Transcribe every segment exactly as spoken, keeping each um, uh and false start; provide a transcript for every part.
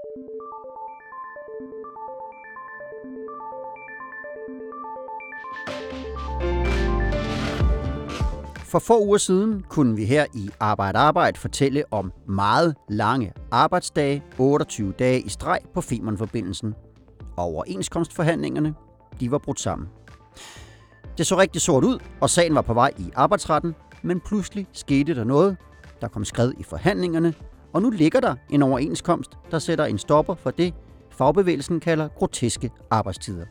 For få uger siden kunne vi her i Arbejde Arbejde fortælle om meget lange arbejdsdage, otteogtyve dage i streg på Femernforbindelsen. Og overenskomstforhandlingerne, de var brudt sammen. Det så rigtig sort ud, og sagen var på vej i arbejdsretten, men pludselig skete der noget. Der kom skred i forhandlingerne, og nu ligger der en overenskomst, der sætter en stopper for det, fagbevægelsen kalder groteske arbejdstider.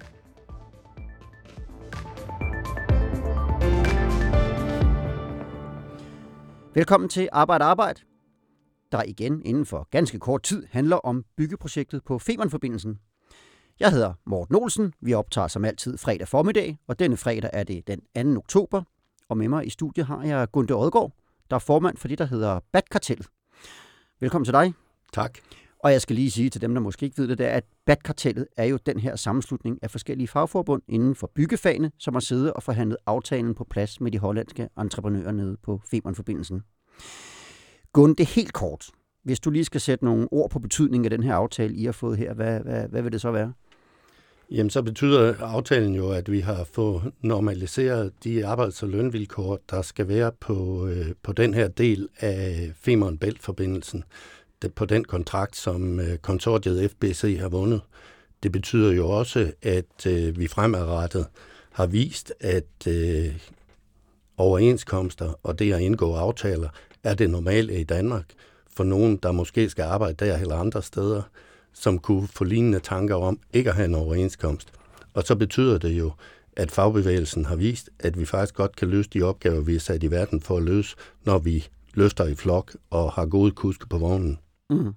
Velkommen til Arbejde Arbejde, der igen inden for ganske kort tid handler om byggeprojektet på Femernforbindelsen. Jeg hedder Morten Olsen, vi optager som altid fredag formiddag, og denne fredag er det den anden oktober, og med mig i studiet har jeg Gunde Odgaard, der er formand for det, der hedder Bat-kartellet. Velkommen til dig. Tak. Og jeg skal lige sige til dem, der måske ikke ved det, det er, at Bat-kartellet er jo den her sammenslutning af forskellige fagforbund inden for byggefagene, som har siddet og forhandlet aftalen på plads med de hollandske entreprenører nede på Femernforbindelsen. Gunde, helt kort. Hvis du lige skal sætte nogle ord på betydningen af den her aftale, I har fået her, hvad, hvad, hvad vil det så være? Jamen, så betyder aftalen jo, at vi har fået normaliseret de arbejds- og lønvilkår, der skal være på, øh, på den her del af Femern Bælt-forbindelsen, på den kontrakt, som øh, konsortiet F B C har vundet. Det betyder jo også, at øh, vi fremadrettet har vist, at øh, overenskomster og det at indgå aftaler er det normale i Danmark for nogen, der måske skal arbejde der eller andre steder, som kunne få lignende tanker om ikke at have en overenskomst. Og så betyder det jo, at fagbevægelsen har vist, at vi faktisk godt kan løse de opgaver, vi er sat i verden for at løse, når vi løfter i flok og har gode kuske på vognen. Mm.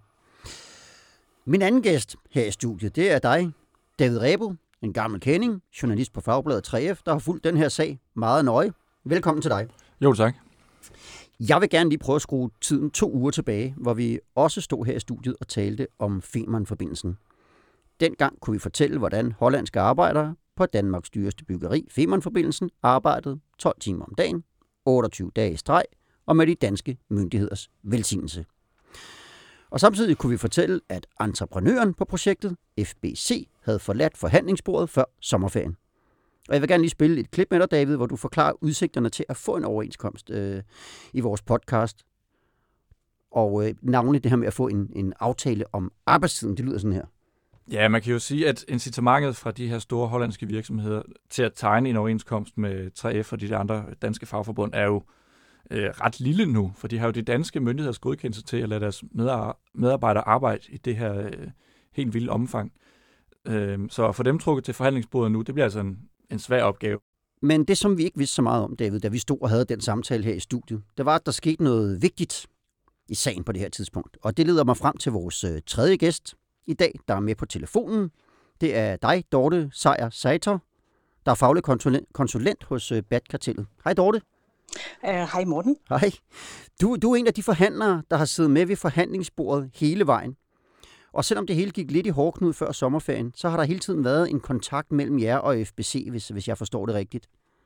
Min anden gæst her i studiet, det er dig, David Rebo, en gammel kending, journalist på Fagbladet tre F, der har fulgt den her sag meget nøje. Velkommen til dig. Jo, tak. Jeg vil gerne lige prøve at skrue tiden to uger tilbage, hvor vi også stod her i studiet og talte om Femernforbindelsen. Dengang kunne vi fortælle, hvordan hollandske arbejdere på Danmarks dyreste byggeri, Femernforbindelsen, arbejdede tolv timer om dagen, otteogtyve dage i streg og med de danske myndigheders velsignelse. Og samtidig kunne vi fortælle, at entreprenøren på projektet, F B C, havde forladt forhandlingsbordet før sommerferien. Og jeg vil gerne lige spille et klip med dig, David, hvor du forklarer udsigterne til at få en overenskomst øh, i vores podcast. Og øh, navnlig det her med at få en, en aftale om arbejdstiden, det lyder sådan her. Ja, man kan jo sige, at incitamentet fra de her store hollandske virksomheder til at tegne en overenskomst med tre F og de andre danske fagforbund er jo øh, ret lille nu, for de har jo de danske myndigheders godkendelse til at lade deres medarbejdere arbejde i det her øh, helt vilde omfang. Øh, så for dem trukket til forhandlingsbordet nu, det bliver altså en en svær opgave. Men det, som vi ikke vidste så meget om, David, da vi stod og havde den samtale her i studiet, det var, at der skete noget vigtigt i sagen på det her tidspunkt. Og det leder mig frem til vores øh, tredje gæst i dag, der er med på telefonen. Det er dig, Dorte Sejer Saiter, der er faglig konsulent, konsulent hos øh, Bat-kartellet. Hej, Dorte. Uh, hej, Morten. Hej. Du, du er en af de forhandlere, der har siddet med ved forhandlingsbordet hele vejen. Og selvom det hele gik lidt i hårdknud før sommerferien, så har der hele tiden været en kontakt mellem jer og F B C, hvis, hvis jeg forstår det rigtigt.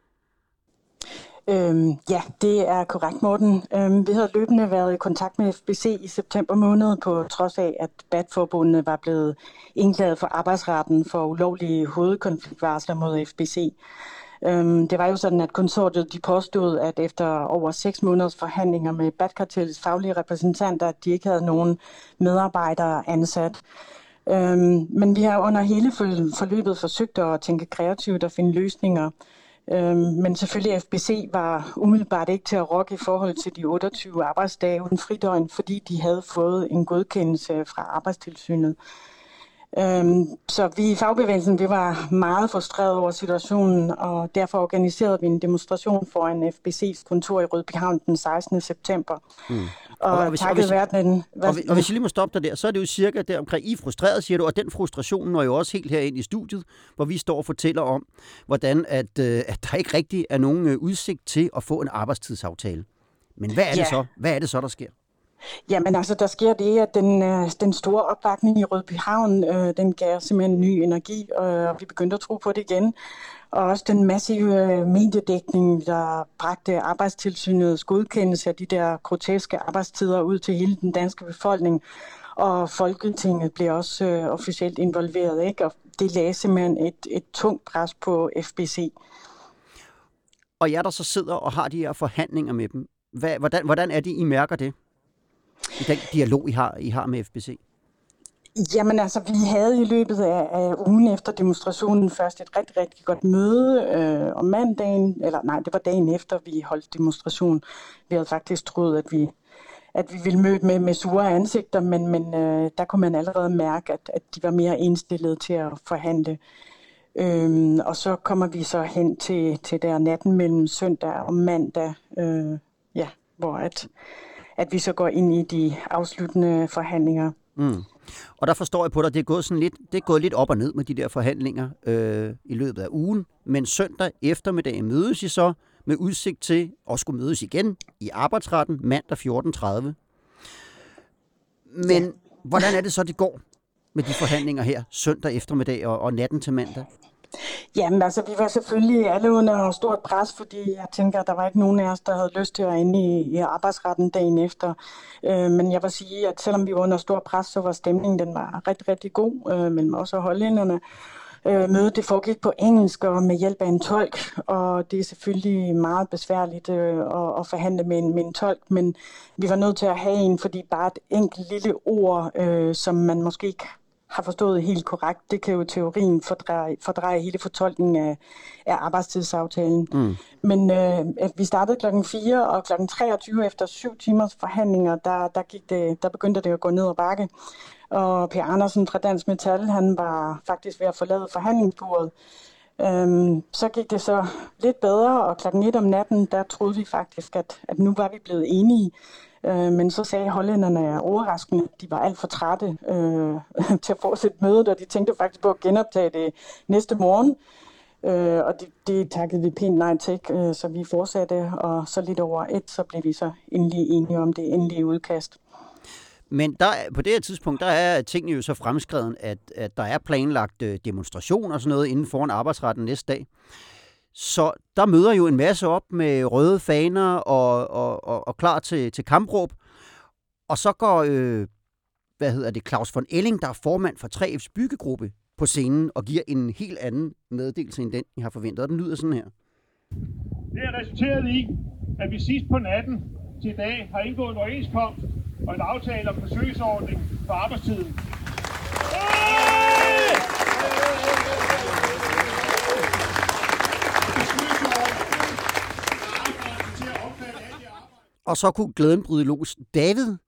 Øhm, ja, det er korrekt, Morten. Øhm, vi havde løbende været i kontakt med F B C i september måned, på trods af, at B A T-forbundet var blevet indklaget for arbejdsretten for ulovlige hovedkonfliktvarsler mod F B C. Øhm, det var jo sådan, at konsortiet de påstod, at efter over seks måneders forhandlinger med B A T-kartellets faglige repræsentanter, at de ikke havde nogen medarbejdere ansat. Øhm, men vi har under hele forløbet forsøgt at tænke kreativt og finde løsninger. Øhm, men selvfølgelig F B C var umiddelbart ikke til at rokke i forhold til de otteogtyve arbejdsdage uden fridøgn, fordi de havde fået en godkendelse fra Arbejdstilsynet. Øhm, så vi i fagbevægelsen vi var meget frustreret over situationen, og derfor organiserede vi en demonstration foran F B C's kontor i Rødbyhavn den sekstende september. Mm. Og, og, hvis, og, hvis, verden, og, og hvis jeg lige må stoppe dig der, så er det jo cirka der omkring, I er frustreret, siger du, og den frustration når jo også helt herind i studiet, hvor vi står og fortæller om, hvordan at, øh, at der ikke rigtig er nogen øh, udsigt til at få en arbejdstidsaftale. Men hvad er det ja. så? Hvad er det så, der sker? Jamen altså, der sker det, at den, den store opbakning i Rødbyhavn, øh, den gav simpelthen ny energi, og vi begyndte at tro på det igen. Og også den massive mediedækning, der bragte Arbejdstilsynets godkendelse af de der groteske arbejdstider ud til hele den danske befolkning. og Folketinget bliver også øh, officielt involveret, ikke? Og det lagde simpelthen et, et tungt pres på F B C. Og jer, der så sidder og har de her forhandlinger med dem, hvad, hvordan, hvordan er det, I mærker det? I den dialog, I har, I har med F B C? Jamen altså, vi havde i løbet af, af ugen efter demonstrationen først et rigtig, rigtig godt møde øh, om mandagen, eller nej, det var dagen efter, vi holdt demonstration. Vi havde faktisk troet, at vi, at vi ville møde med, med sure ansigter, men, men øh, der kunne man allerede mærke, at, at de var mere indstillet til at forhandle. Øhm, og så kommer vi så hen til, til der natten mellem søndag og mandag, øh, ja, hvor at, at vi så går ind i de afsluttende forhandlinger. Mm. Og der forstår jeg på dig, det er gået sådan lidt, det er gået lidt op og ned med de der forhandlinger øh, i løbet af ugen. Men søndag eftermiddag mødes I så med udsigt til at skulle mødes igen i arbejdsretten mandag fjorten tredive. Men ja. Hvordan er det så, det går med de forhandlinger her søndag eftermiddag og, og natten til mandag? Jamen altså, vi var selvfølgelig alle under stort pres, fordi jeg tænker, at der var ikke nogen af os, der havde lyst til at ende i, i arbejdsretten dagen efter. Øh, men jeg vil sige, at selvom vi var under stort pres, så var stemningen den var rigtig, rigtig god øh, mellem os og hollænderne. Øh, mødet det foregik på engelsk og med hjælp af en tolk, og det er selvfølgelig meget besværligt øh, at, at forhandle med en, med en tolk, men vi var nødt til at have en, fordi bare et enkelt lille ord, øh, som man måske ikke har forstået helt korrekt, det kan jo teorien fordreje, fordreje hele fortolkningen af, af arbejdstidsaftalen. Mm. Men øh, vi startede klokken fire, og klokken treogtyve efter syv timers forhandlinger, der, der, gik det, der begyndte det at gå ned ad bakke. Og Per Andersen fra Dansk Metal, han var faktisk ved at forlade forhandlingsbordet. Øhm, så gik det så lidt bedre, og klokken et om natten, der troede vi faktisk, at, at nu var vi blevet enige. Øh, men så sagde hollænderne overraskende, at de var alt for trætte øh, til at fortsætte mødet, og de tænkte faktisk på at genoptage det næste morgen. Øh, og det, det takkede vi pænt nej til, øh, så vi fortsatte, og så lidt over et, så blev vi så endelig enige om det endelige udkast. Men der, på det her tidspunkt, der er tingene jo så fremskreden, at, at der er planlagt demonstration og sådan noget inden foran arbejdsretten næste dag. Så der møder jo en masse op med røde faner og, og, og, og klar til, til kampråb. Og så går, øh, hvad hedder det, Claus von Elling, der er formand for tre F's byggegruppe, på scenen og giver en helt anden meddelelse end den, I har forventet. Og den lyder sådan her. Det er resulteret i, at vi sidst på natten til i dag har indgået en overenskomst og en aftale om forsøgsordning for arbejdstiden. Og så kunne glæden bryde los. David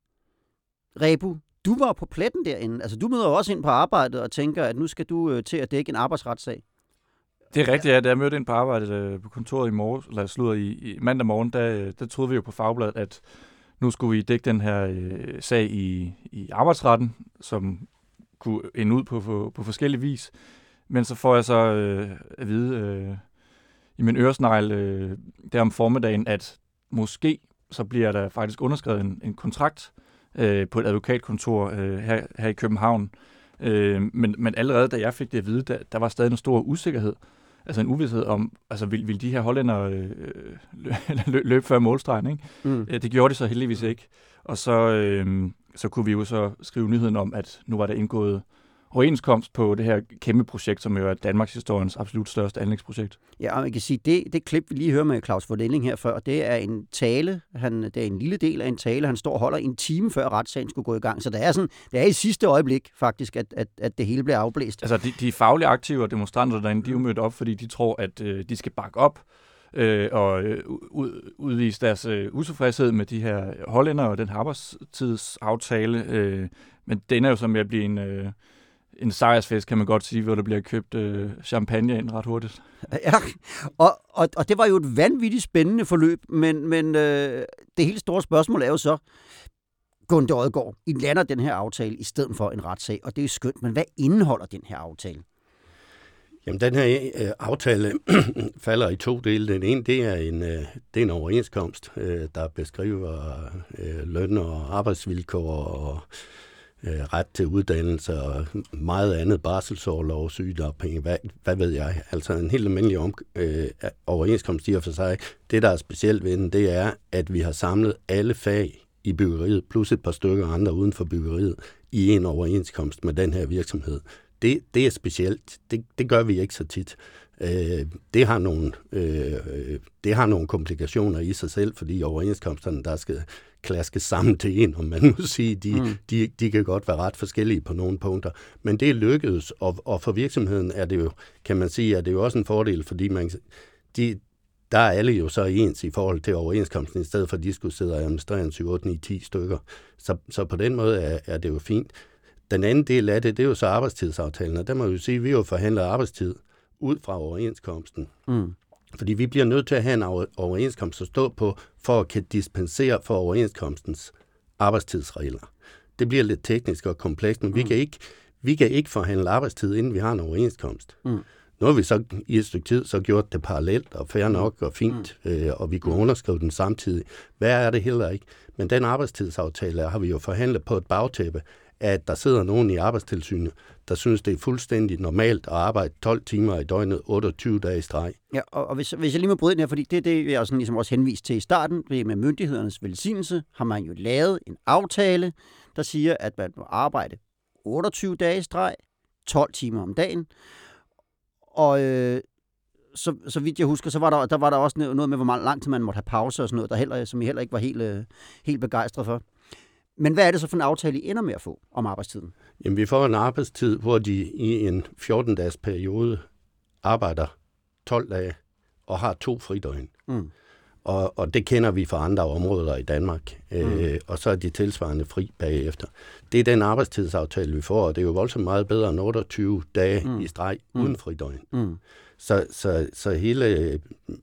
Rebu, du var på pletten derinde. Altså, du møder også ind på arbejdet og tænker, at nu skal du øh, til at dække en arbejdsretssag. Det er rigtigt, ja. Da jeg mødte ind på arbejdet øh, på kontoret i morgen, eller slutter i, i mandag morgen, der, der troede vi jo på Fagbladet, at nu skulle vi dække den her øh, sag i, i arbejdsretten, som kunne ende ud på, på, på forskellige vis. Men så får jeg så øh, at vide øh, i min øresnegl øh, der om formiddagen, at måske så bliver der faktisk underskrevet en, en kontrakt øh, på et advokatkontor øh, her, her i København. Øh, men, men allerede da jeg fik det at vide, der, der var stadig en stor usikkerhed. Altså en uvidshed om, altså vil, vil de her hollænder øh, løbe løb før målstregen, ikke? Mm. Det gjorde de så heldigvis ikke. Og så, øh, så kunne vi jo så skrive nyheden om, at nu var der indgået overenskomst på det her kæmpe projekt, som jo er Danmarks historiens absolut største anlægsprojekt. Ja, og man kan sige, det, det klip, vi lige hører med Claus von Elling her før, det er en tale, han, det er en lille del af en tale, han står og holder en time før retssagen skulle gå i gang. Så det er, sådan, det er i sidste øjeblik faktisk, at, at, at det hele bliver afblæst. Altså de, de faglige aktive og demonstranter derinde, de er jo mødt op, fordi de tror, at øh, de skal bakke op øh, og øh, ud, udvise deres øh, utilfredshed med de her hollænder og den her arbejdstidsaftale. Øh, men den er jo som at blive en... Øh, En sejrsfest, kan man godt sige, hvor der bliver købt øh, champagne ind ret hurtigt. Ja, og, og, og det var jo et vanvittigt spændende forløb, men, men øh, det hele store spørgsmål er jo så, Gunde Odgaard, I lander den her aftale i stedet for en retssag, og det er skønt, men hvad indeholder den her aftale? Jamen, den her øh, aftale falder i to dele. Den ene, det er en, øh, det er en overenskomst, øh, der beskriver øh, løn og arbejdsvilkår og ret til uddannelse og meget andet, barselsorlov, sygedagpenge, hvad, hvad ved jeg. Altså en helt almindelig om, øh, overenskomst i og for sig. Det, der er specielt ved den, det er, at vi har samlet alle fag i byggeriet, plus et par stykker andre uden for byggeriet, i en overenskomst med den her virksomhed. Det, det er specielt. Det, det gør vi ikke så tit. Øh, det, har nogle, øh, det har nogle komplikationer i sig selv, fordi overenskomsterne, der skal klaskes sammen til en, om man må sige, de, mm. de, de kan godt være ret forskellige på nogle punkter. Men det er lykkedes, og, og for virksomheden er det jo, kan man sige, at det er jo også en fordel, fordi man, de, der er alle jo så ens i forhold til overenskomsten, i stedet for at de skulle sidde og administrere en syv, otte, ni, ti stykker. Så, så på den måde er, er det jo fint. Den anden del af det, det er jo så arbejdstidsaftalen, og der må vi jo sige, at vi jo forhandler arbejdstid ud fra overenskomsten. Mm. Fordi vi bliver nødt til at have en overenskomst at stå på, for at kan dispensere for overenskomstens arbejdstidsregler. Det bliver lidt teknisk og komplekst, men mm. vi, kan ikke, vi kan ikke forhandle arbejdstid, inden vi har en overenskomst. Mm. Nu har vi så i et stykke tid så gjort det parallelt og fair nok og fint, mm. øh, og vi kunne underskrive den samtidig. Hvad er det heller ikke? Men den arbejdstidsaftale har vi jo forhandlet på et bagtæppe, at der sidder nogen i Arbejdstilsynet, der synes, det er fuldstændig normalt at arbejde tolv timer i døgnet, otteogtyve dage i streg. Ja, og, og hvis, hvis jeg lige må bryde ind her, fordi det er det, jeg sådan ligesom også henvist til i starten, det med myndighedernes velsignelse, har man jo lavet en aftale, der siger, at man må arbejde otteogtyve dage i streg, tolv timer om dagen, og øh, så, så vidt jeg husker, så var der, der var der også noget med, hvor meget lang tid man måtte have pause og sådan noget, der heller, som I heller ikke var helt, øh, helt begejstret for. Men hvad er det så for en aftale, I ender med at få om arbejdstiden? Jamen, vi får en arbejdstid, hvor de i en fjorten-dages periode arbejder tolv dage og har to fridøgn. Mm. Og, og det kender vi fra andre områder i Danmark. Mm. Øh, og så er de tilsvarende fri bagefter. Det er den arbejdstidsaftale, vi får, og det er jo voldsomt meget bedre end otteogtyve dage mm. i streg mm. uden fridøgn. Mm. Så, så, så hele...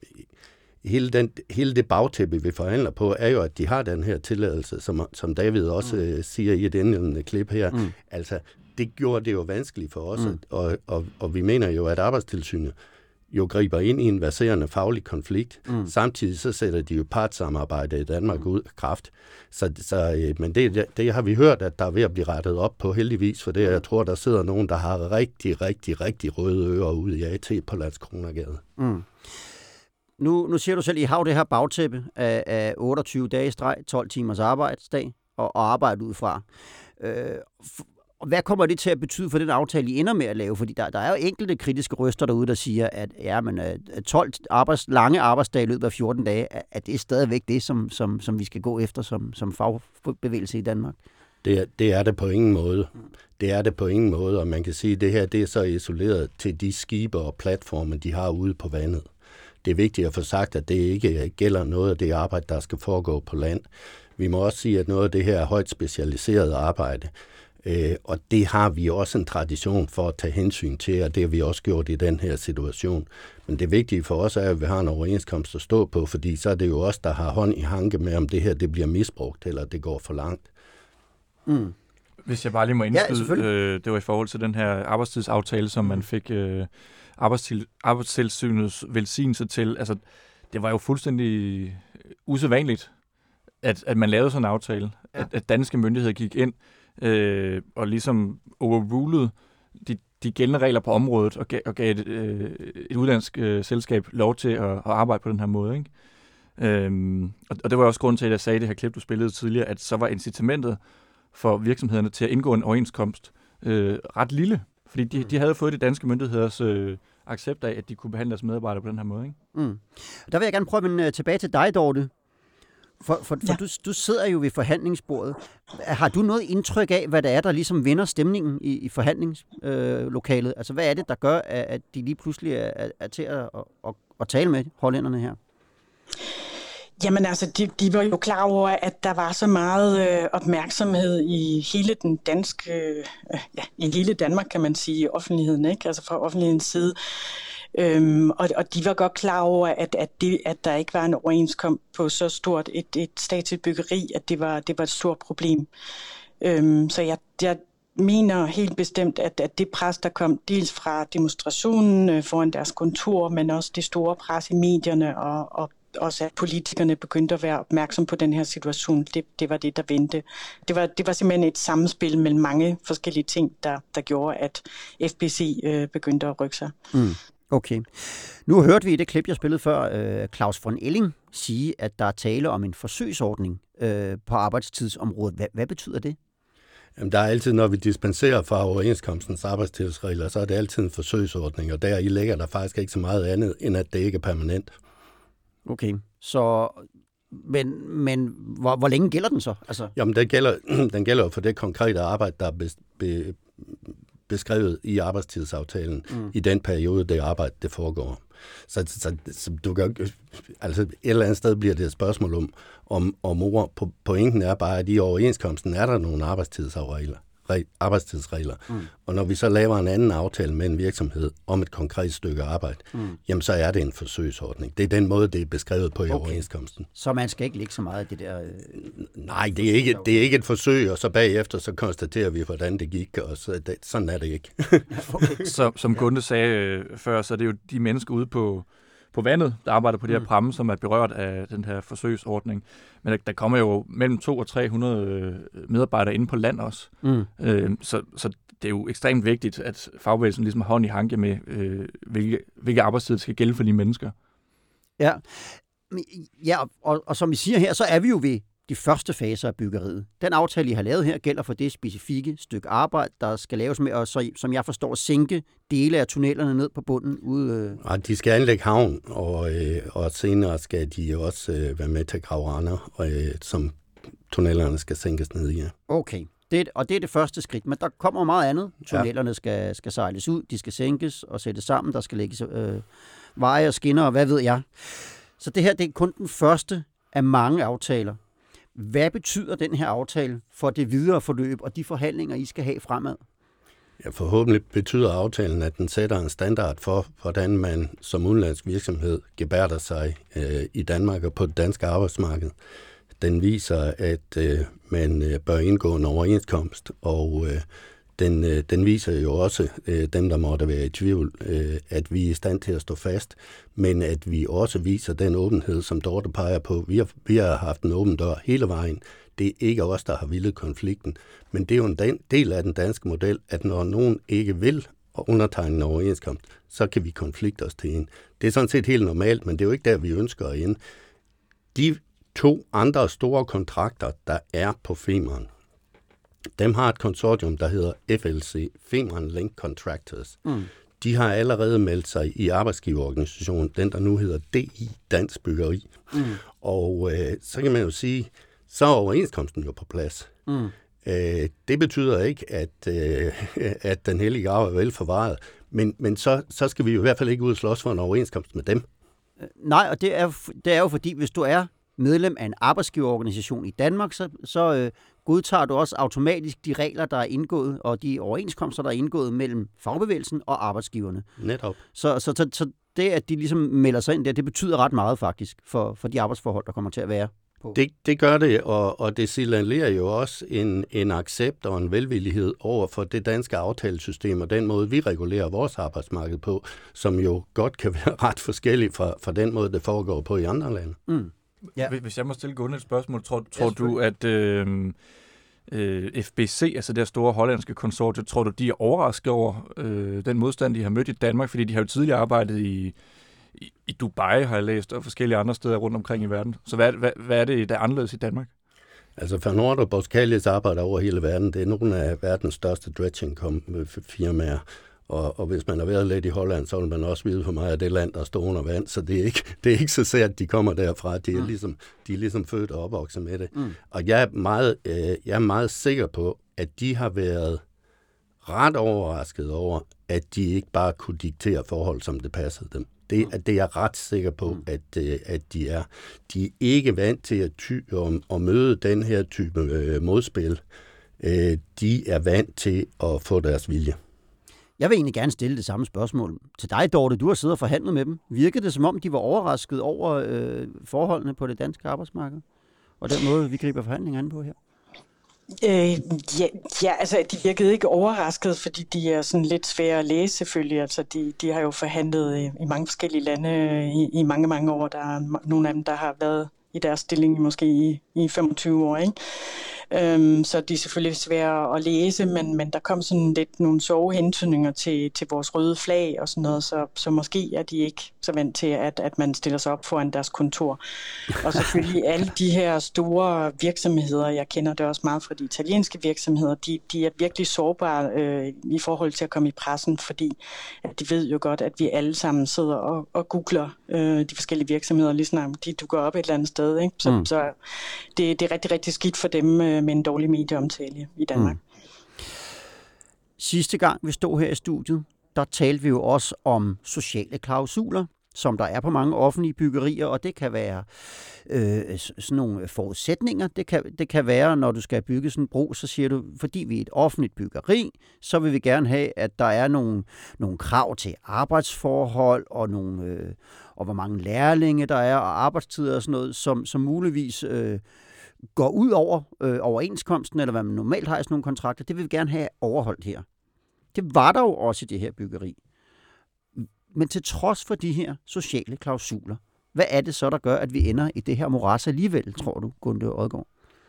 Hele, den, hele det bagtæppe, vi forhandler på, er jo, at de har den her tilladelse, som, som David også mm. øh, siger i et indledende klip her. Mm. Altså, det gjorde det jo vanskeligt for os, mm. og, og, og vi mener jo, at Arbejdstilsynet jo griber ind i en verserende faglig konflikt. Mm. Samtidig så sætter de jo partssamarbejde i Danmark mm. ud af kraft. Så, så, øh, men det, det har vi hørt, at der er ved at blive rettet op på, heldigvis, for det jeg tror, der sidder nogen, der har rigtig, rigtig, rigtig røde ører ude i A T på Landskronagade. Mm. Nu, nu siger du selv, at I har det her bagtæppe af, af otteogtyve dage i streg, tolv timers arbejdsdag og, og arbejde ud fra. Øh, og hvad kommer det til at betyde for den aftale, I ender med at lave? Fordi der, der er jo enkelte kritiske røster derude, der siger, at ja, men, tolv arbejds, lange arbejdsdage i løbet af fjorten dage, at det er stadigvæk det, som, som, som vi skal gå efter som, som fagbevægelse i Danmark. Det er, det er det på ingen måde. Det er det på ingen måde, og man kan sige, at det her det er så isoleret til de skibe og platforme, de har ude på vandet. Det er vigtigt at få sagt, at det ikke gælder noget af det arbejde, der skal foregå på land. Vi må også sige, at noget af det her er højt specialiseret arbejde, øh, og det har vi også en tradition for at tage hensyn til, og det har vi også gjort i den her situation. Men det vigtige for os er, at vi har en overenskomst at stå på, fordi så er det jo os, der har hånd i hanke med, om det her det bliver misbrugt, eller det går for langt. Mm. Hvis jeg bare lige må indskyde, ja, øh, det var i forhold til den her arbejdstidsaftale, som man fik... Øh, Arbejdstilsynets velsignelse til. Altså, det var jo fuldstændig usædvanligt, at, at man lavede sådan en aftale, ja. at, at danske myndigheder gik ind øh, og ligesom overrulede de, de gældende regler på området og gav, og gav et, øh, et udlandsk øh, selskab lov til at, at arbejde på den her måde. Ikke? Øhm, og, og det var også grunden til, at jeg sagde i det her klip, du spillede tidligere, at så var incitamentet for virksomhederne til at indgå en overenskomst øh, ret lille. Fordi de, de havde fået de danske myndigheders øh, accept af, at de kunne behandle deres medarbejdere på den her måde. Ikke? Mm. Der vil jeg gerne prøve at vende tilbage til dig, Dorte. For, for, for ja. du, du sidder jo ved forhandlingsbordet. Har du noget indtryk af, hvad der er, der ligesom vender stemningen i, i forhandlingslokalet? Øh, altså, hvad er det, der gør, at, at de lige pludselig er, er til at, at, at, at tale med hollænderne her? Jamen altså, de, de var jo klar over, at der var så meget øh, opmærksomhed i hele den danske, øh, ja, i hele Danmark, kan man sige, i offentligheden, ikke? Altså fra offentlighedens side. Øhm, og, og de var godt klar over, at, at, det, at der ikke var en overenskomst på så stort et, et statsligt byggeri, at det var, det var et stort problem. Øhm, så jeg, jeg mener helt bestemt, at, at det pres, der kom dels fra demonstrationen øh, foran deres kontor, men også det store pres i medierne og, og også at politikerne begyndte at være opmærksom på den her situation. Det, det var det, der vendte. Det var, det var simpelthen et sammenspil mellem mange forskellige ting, der, der gjorde, at F B C øh, begyndte at rykke sig. Mm. Okay. Nu hørte vi i det klip, jeg spillede før, øh, Claus von Elling sige, at der er tale om en forsøgsordning øh, på arbejdstidsområdet. Hvad, hvad betyder det? Jamen, der er altid, når vi dispenserer fra overenskomstens arbejdstidsregler, så er det altid en forsøgsordning, og der i ligger der faktisk ikke så meget andet, end at det ikke er permanent. Okay, så... Men, men hvor, hvor længe gælder den så? Altså... Jamen, den gælder, den gælder for det konkrete arbejde, der er be, be, beskrevet i arbejdstidsaftalen mm. i den periode, det arbejde, det foregår. Så, så, så du kan, altså et eller andet sted bliver det et spørgsmål om, om, om ord. Pointen er bare, at i overenskomsten er der nogle arbejdstidsregler. arbejdstidsregler. Mm. Og når vi så laver en anden aftale med en virksomhed om et konkret stykke arbejde, mm. jamen så er det en forsøgsordning. Det er den måde, det er beskrevet på i okay. overenskomsten. Så man skal ikke lægge så meget af det der... Øh, Nej, det er, ikke, det er ikke et forsøg, og så bagefter så konstaterer vi, hvordan det gik, og så, det, sådan er det ikke. okay. Så, som Gunde sagde øh, før, så er det jo de mennesker ude på på vandet, der arbejder på det her mm. pramme, som er berørt af den her forsøgsordning. Men der, der kommer jo mellem to og tre hundrede medarbejdere inde på land også. Mm. Øh, så, så det er jo ekstremt vigtigt, at fagbevægelsen ligesom har hånd i hanke med, øh, hvilke, hvilke arbejdstid skal gælde for de mennesker. Ja, ja og, og som I siger her, så er vi jo ved de første faser af byggeriet. Den aftale, I har lavet her, gælder for det specifikke stykke arbejde, der skal laves med at, så, som jeg forstår, sænke dele af tunnelerne ned på bunden ude. Øh... Ja, de skal anlægge havn, og, øh, og senere skal de også øh, være med til at grave render, øh, som tunnelerne skal sænkes ned i. Ja. Okay, det, og det er det første skridt, men der kommer meget andet. Tunnelerne ja. skal, skal sejles ud, de skal sænkes og sættes sammen, der skal lægges øh, veje og skinner, og hvad ved jeg. Så det her, det er kun den første af mange aftaler. Hvad betyder den her aftale for det videre forløb og de forhandlinger, I skal have fremad? Ja, forhåbentlig betyder aftalen, at den sætter en standard for, hvordan man som udenlandsk virksomhed gebærder sig øh, i Danmark og på det danske arbejdsmarked. Den viser, at øh, man øh, bør indgå en overenskomst, og øh, den, øh, den viser jo også øh, dem, der måtte være i tvivl, øh, at vi er i stand til at stå fast, men at vi også viser den åbenhed, som Dorte peger på. Vi har, vi har haft en åben dør hele vejen. Det er ikke os, der har villet konflikten, men det er jo en del af den danske model, at når nogen ikke vil undertegne en overenskomst, så kan vi konflikte os til en. Det er sådan set helt normalt, men det er jo ikke der, vi ønsker at ende. De to andre store kontrakter, der er på Femern, dem har et konsortium, der hedder F L C, Femern Link Contractors. Mm. De har allerede meldt sig i arbejdsgiverorganisationen, den der nu hedder D I, Dansk Byggeri. Mm. Og øh, så kan man jo sige, så er overenskomsten jo på plads. Mm. Øh, det betyder ikke, at, øh, at den hellige arv er velforvaret, men, men så, så skal vi jo i hvert fald ikke ud og slås for en overenskomst med dem. Nej, og det er, det er jo fordi, hvis du er medlem af en arbejdsgiverorganisation i Danmark, så, så øh, godtager du også automatisk de regler, der er indgået, og de overenskomster, der er indgået mellem fagbevægelsen og arbejdsgiverne. Netop. Så, så, så, så det, at de ligesom melder sig ind der, det betyder ret meget faktisk for, for de arbejdsforhold, der kommer til at være. På. Det, det gør det, og, og det signalerer jo også en, en accept og en velvillighed over for det danske aftalesystem og den måde, vi regulerer vores arbejdsmarked på, som jo godt kan være ret forskellig fra, fra den måde, det foregår på i andre lande. Mm. Ja. Hvis jeg må stille Gunde et spørgsmål, tror, tror du, at øh, øh, F B C, altså det store hollandske konsortie, tror du, de er overrasket over øh, den modstand, de har mødt i Danmark? Fordi de har jo tidligere arbejdet i, i, i Dubai, har jeg læst, og forskellige andre steder rundt omkring i verden. Så hvad, hvad, hvad er det, der er anderledes i Danmark? Altså Van Oord og Boskalis arbejder over hele verden. Det er nogle af verdens største dredging-firmaer. Og, og hvis man har været lidt i Holland, så vil man også vide, hvor meget af det land, der står under vand. Så det er ikke, det er ikke så sært, at de kommer derfra. De er, mm. ligesom, de er ligesom født og opvokset med det. Mm. Og jeg er, meget, øh, jeg er meget sikker på, at de har været ret overrasket over, at de ikke bare kunne diktere forhold, som det passede dem. Det, at det er jeg ret sikker på, mm. at, øh, at de er. De er ikke vant til at, ty- at, at møde den her type øh, modspil. Øh, de er vant til at få deres vilje. Jeg vil egentlig gerne stille det samme spørgsmål til dig, Dorte. Du har siddet og forhandlet med dem. Virkede det, som om de var overrasket over øh, forholdene på det danske arbejdsmarked? Og den måde, vi griber forhandlinger an på her? Øh, ja, ja, altså de virkede ikke overrasket, fordi de er sådan lidt svære at læse selvfølgelig. Altså de, de har jo forhandlet i, i mange forskellige lande i, i mange, mange år. Der er nogle af dem, der har været i deres stilling måske i, i femogtyve år, ikke? Øhm, så de er selvfølgelig svære at læse, men, men der kom sådan lidt nogle sjove hentydninger til, til vores røde flag og sådan noget, så, så måske er de ikke så vant til, at, at man stiller sig op foran deres kontor. Og selvfølgelig alle de her store virksomheder, jeg kender det også meget fra de italienske virksomheder, de, de er virkelig sårbare øh, i forhold til at komme i pressen, fordi at de ved jo godt, at vi alle sammen sidder og, og googler øh, de forskellige virksomheder, lige snart de dukker op et eller andet sted. Ikke? Så, mm. så det, det er rigtig, rigtig skidt for dem øh, med en dårlig medieomtale i Danmark. Mm. Sidste gang vi stod her i studiet, der talte vi jo også om sociale klausuler, som der er på mange offentlige byggerier, og det kan være øh, sådan nogle forudsætninger. Det kan, det kan være, når du skal bygge sådan en bro, så siger du, fordi vi er et offentligt byggeri, så vil vi gerne have, at der er nogle, nogle krav til arbejdsforhold, og, nogle, øh, og hvor mange lærlinge der er, og arbejdstider og sådan noget, som, som muligvis øh, går ud over øh, overenskomsten, eller hvad man normalt har i sådan nogle kontrakter. Det vil vi gerne have overholdt her. Det var der jo også i det her byggeri. Men til trods for de her sociale klausuler, hvad er det så, der gør, at vi ender i det her moras alligevel, tror du, Gunde Odgaard?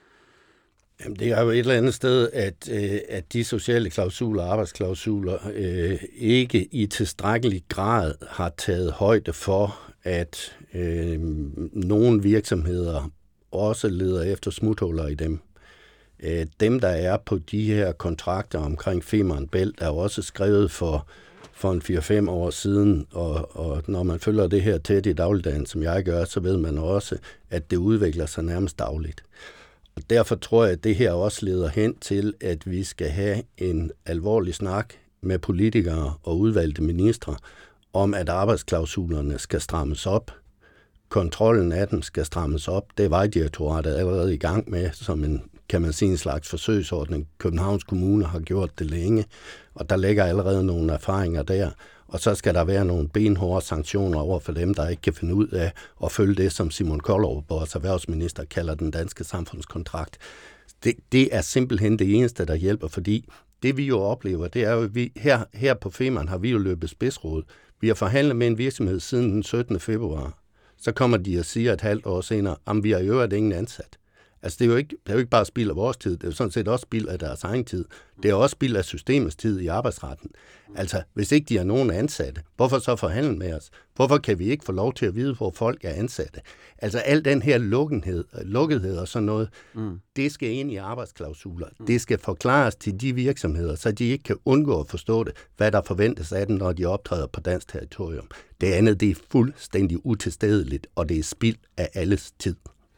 Jamen, det er jo et eller andet sted, at, øh, at de sociale klausuler og arbejdsklausuler øh, ikke i tilstrækkelig grad har taget højde for, at øh, nogle virksomheder også leder efter smuthuller i dem. Øh, dem, der er på de her kontrakter omkring Femern Bælt, er jo også skrevet for for en fire fem år siden, og, og når man følger det her tæt i dagligdagen, som jeg gør, så ved man også, at det udvikler sig nærmest dagligt. Og derfor tror jeg, at det her også leder hen til, at vi skal have en alvorlig snak med politikere og udvalgte ministre om, at arbejdsklausulerne skal strammes op. Kontrollen af dem skal strammes op. Det er Vejdirektoratet allerede i gang med, som en, kan man sige, en slags forsøgsordning. Københavns Kommune har gjort det længe, og der ligger allerede nogle erfaringer der. Og så skal der være nogle benhårde sanktioner over for dem, der ikke kan finde ud af at følge det, som Simon Kollerup, vores erhvervsminister, kalder den danske samfundskontrakt. Det, det er simpelthen det eneste, der hjælper, fordi det vi jo oplever, det er jo, at vi, her, her på Femern har vi jo løbet spidsråd. Vi har forhandlet med en virksomhed siden den syttende februar. Så kommer de og siger et halvt år senere, at vi har i øvrigt ingen ansat. Altså, det er, jo ikke, det er jo ikke bare spild af vores tid, det er jo sådan set også spild af deres egen tid. Det er også spild af systemets tid i arbejdsretten. Altså, hvis ikke de har nogen ansatte, hvorfor så forhandle med os? Hvorfor kan vi ikke få lov til at vide, hvor folk er ansatte? Altså, al den her lukkenhed, lukkethed og sådan noget, mm. det skal ind i arbejdsklausuler. Mm. Det skal forklares til de virksomheder, så de ikke kan undgå at forstå det, hvad der forventes af dem, når de optræder på dansk territorium. Det andet, det er fuldstændig utilstedeligt, og det er spild af alles tid.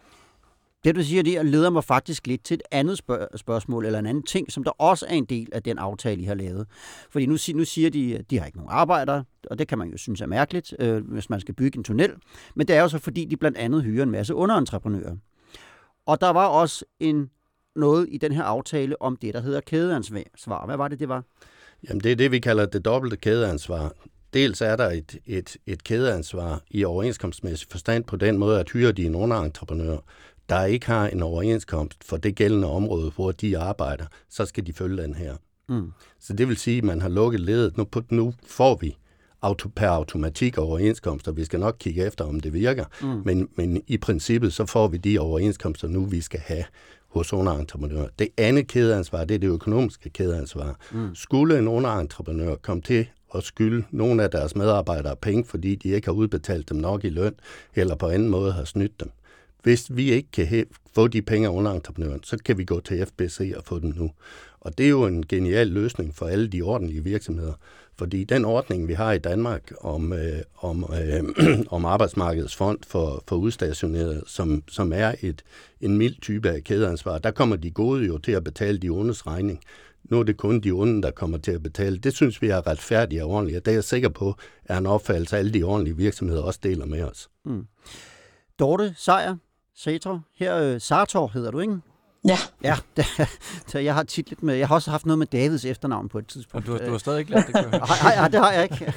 Det, du siger, det leder mig faktisk lidt til et andet spørg- spørgsmål, eller en anden ting, som der også er en del af den aftale, I har lavet. Fordi nu, nu siger de, at de har ikke nogen arbejdere, og det kan man jo synes er mærkeligt, øh, hvis man skal bygge en tunnel. Men det er jo så, fordi de blandt andet hyrer en masse underentreprenører. Og der var også en, noget i den her aftale om det, der hedder kædeansvar. Hvad var det, det var? Jamen, det er det, vi kalder det dobbelte kædeansvar. Dels er der et, et, et kædeansvar i overenskomstmæssig forstand på den måde, at hyre de en underentreprenør, der ikke har en overenskomst for det gældende område, hvor de arbejder, så skal de følge den her. Mm. Så det vil sige, at man har lukket ledet. Nu, nu får vi auto, per automatik overenskomster. Vi skal nok kigge efter, om det virker. Mm. Men, men i princippet, så får vi de overenskomster nu, vi skal have hos underentreprenører. Det andet kædeansvar, det er det økonomiske kædeansvar. Mm. Skulle en underentreprenør komme til at skylde nogle af deres medarbejdere penge, fordi de ikke har udbetalt dem nok i løn, eller på anden måde har snydt dem. Hvis vi ikke kan få de penge af underentreprenøren, så kan vi gå til F B C og få dem nu. Og det er jo en genial løsning for alle de ordentlige virksomheder. Fordi den ordning, vi har i Danmark om, øh, om, øh, om arbejdsmarkedets fond for, for udstationerede, som, som er et, en mild type af kædeansvar, der kommer de gode jo til at betale de ondes regning. Nu er det kun de onde, der kommer til at betale. Det synes vi er retfærdigt og ordentligt, og det er jeg sikker på, er en opfattelse, alle de ordentlige virksomheder også deler med os. Mm. Dorte Sejer, Sator, her øh, Sartor hedder du, ikke? Ja. Ja, det, så jeg har tit lidt med, jeg har også haft noget med Davids efternavn på et tidspunkt. Og du, du har stadig ikke lært det, gør jeg. Nej, nej, det har jeg ikke.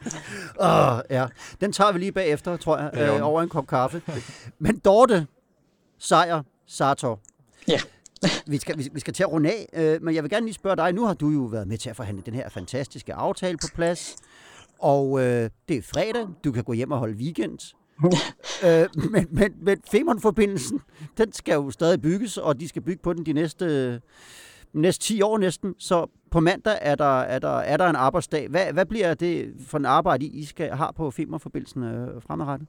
oh, ja. Den tager vi lige bagefter, tror jeg, ja, øh, over en kop kaffe. Men Dorte Sejer, Sartor. Ja. Vi skal, vi, vi skal til at runde af, øh, men jeg vil gerne lige spørge dig. Nu har du jo været med til at forhandle den her fantastiske aftale på plads, og øh, det er fredag. Du kan gå hjem og holde weekend. øh, men, men, men Femern-forbindelsen, den skal jo stadig bygges, og de skal bygge på den de næste, næste ti år næsten. Så på mandag er der, er der, er der en arbejdsdag. Hvad, hvad bliver det for en arbejde, I skal have på Femern-forbindelsen øh, fremadrettet?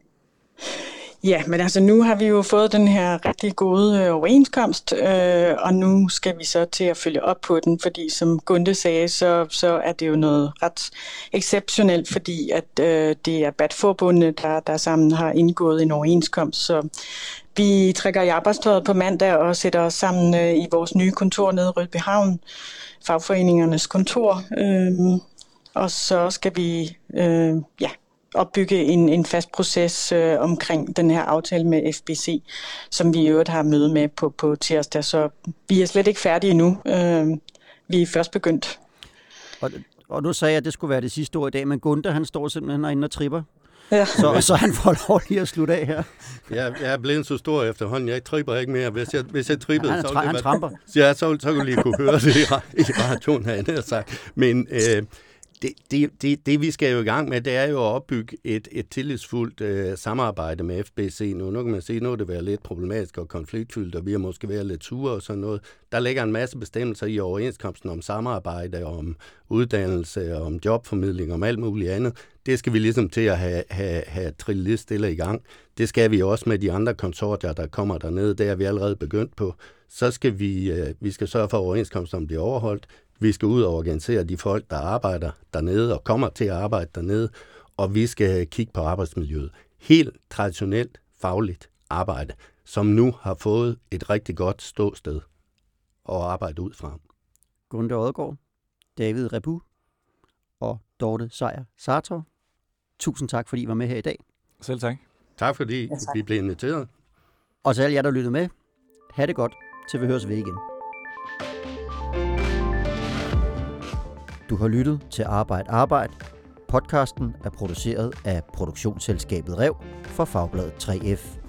Ja, men altså nu har vi jo fået den her rigtig gode øh, overenskomst, øh, og nu skal vi så til at følge op på den, fordi som Gunde sagde, så, så er det jo noget ret exceptionelt, fordi at øh, det er B A T-forbundet, der, der sammen har indgået en overenskomst. Så vi trækker i arbejdstøjet på mandag og sætter os sammen øh, i vores nye kontor nede i Rødby Havn, fagforeningernes kontor, øh, og så skal vi øh, ja, opbygge en, en fast proces øh, omkring den her aftale med F B C, som vi i øvrigt har møde med på, på tirsdag, så vi er slet ikke færdige endnu. Øh, vi er først begyndt. Og, og nu sagde jeg, at det skulle være det sidste ord i dag, men Gunde, han står simpelthen herinde og tripper. Ja. Så, så han får lov lige at slutte af her. Jeg, jeg er blevet så stor efterhånden, jeg tripper ikke mere. Hvis jeg, hvis jeg trippede, ja, han, så, han det, tramper. Ja, så, så kunne lige kunne høre det i, i radioen herinde, sagt. Men øh, det, det, det, det, vi skal jo i gang med, det er jo at opbygge et, et tillidsfuldt øh, samarbejde med F B C nu. Nu kan man sige, at nu det være lidt problematisk og konfliktfyldt, og vi har måske været lidt sure og sådan noget. Der ligger en masse bestemmelser i overenskomsten om samarbejde, om uddannelse, om jobformidling, om alt muligt andet. Det skal vi ligesom til at have, have, have trillet lidt stille i gang. Det skal vi også med de andre konsortier, der kommer dernede. Det er vi allerede begyndt på. Så skal vi, øh, vi skal sørge for, at overenskomsten bliver overholdt. Vi skal ud og organisere de folk, der arbejder dernede og kommer til at arbejde dernede. Og vi skal kigge på arbejdsmiljøet. Helt traditionelt fagligt arbejde, som nu har fået et rigtig godt ståsted at arbejde ud fra. Gunde Odgaard, David Rebu og Dorte Sejer Sartor. Tusind tak, fordi I var med her i dag. Selv tak. Tak fordi ja, tak. vi blev inviteret. Og til alle jer, der lyttede med, ha' det godt, til vi høres ved igen. Du har lyttet til Arbejde Arbejde. Podcasten er produceret af produktionsselskabet Rev for Fagbladet tre F.